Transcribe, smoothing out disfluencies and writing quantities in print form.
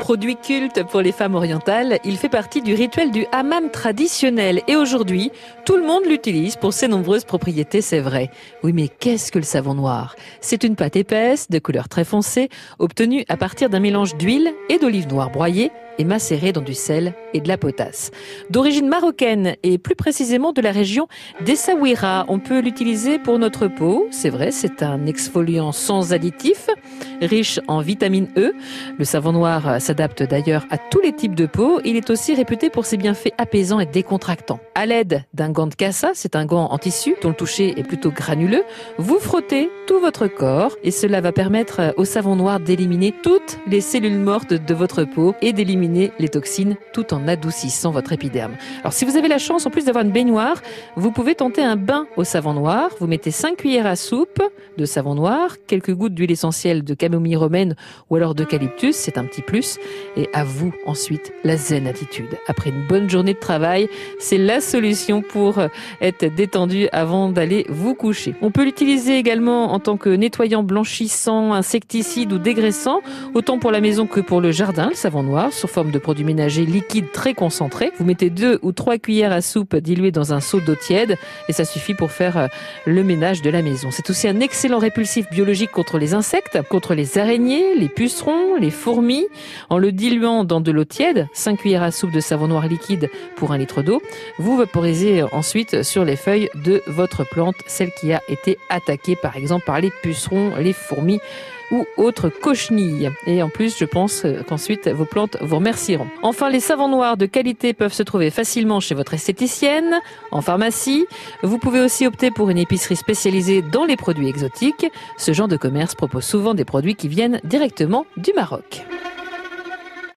Produit culte pour les femmes orientales, il fait partie du rituel du hammam traditionnel et aujourd'hui, tout le monde l'utilise pour ses nombreuses propriétés, c'est vrai. Oui, mais qu'est-ce que le savon noir? C'est une pâte épaisse, de couleur très foncée, obtenue à partir d'un mélange d'huile et d'olive noire broyée et macérée dans du sel et de la potasse. D'origine marocaine et plus précisément de la région d'Essaouira, on peut l'utiliser pour notre peau. C'est vrai, c'est un exfoliant sans additifs, riche en vitamine E. Le savon noir s'adapte d'ailleurs à tous les types de peau. Il est aussi réputé pour ses bienfaits apaisants et décontractants. À l'aide d'un gant de cassa, c'est un gant en tissu dont le toucher est plutôt granuleux, vous frottez tout votre corps et cela va permettre au savon noir d'éliminer toutes les cellules mortes de votre peau et d'éliminer les toxines tout en adoucissant votre épiderme. Alors si vous avez la chance, en plus d'avoir une baignoire, vous pouvez tenter un bain au savon noir. Vous mettez 5 cuillères à soupe de savon noir, quelques gouttes d'huile essentielle de camomille romaine ou alors d'eucalyptus, c'est un petit plus. Et à vous ensuite la zen attitude. Après une bonne journée de travail, c'est la solution pour être détendu avant d'aller vous coucher. On peut l'utiliser également en tant que nettoyant, blanchissant, insecticide ou dégraissant, autant pour la maison que pour le jardin, le savon noir, sous forme de produit ménager liquide très concentré. Vous mettez 2 ou 3 cuillères à soupe diluées dans un seau d'eau tiède et ça suffit pour faire le ménage de la maison. C'est aussi un excellent répulsif biologique contre les insectes, contre les araignées, les pucerons, les fourmis. En le diluant dans de l'eau tiède, 5 cuillères à soupe de savon noir liquide pour 1 litre d'eau, vous vaporisez ensuite sur les feuilles de votre plante, celle qui a été attaquée par exemple par les pucerons, les fourmis ou autres cochenilles. Et en plus, je pense qu'ensuite, vos plantes vous remercieront. Enfin, les savons noirs de qualité peuvent se trouver facilement chez votre esthéticienne, en pharmacie. Vous pouvez aussi opter pour une épicerie spécialisée dans les produits exotiques. Ce genre de commerce propose souvent des produits qui viennent directement du Maroc.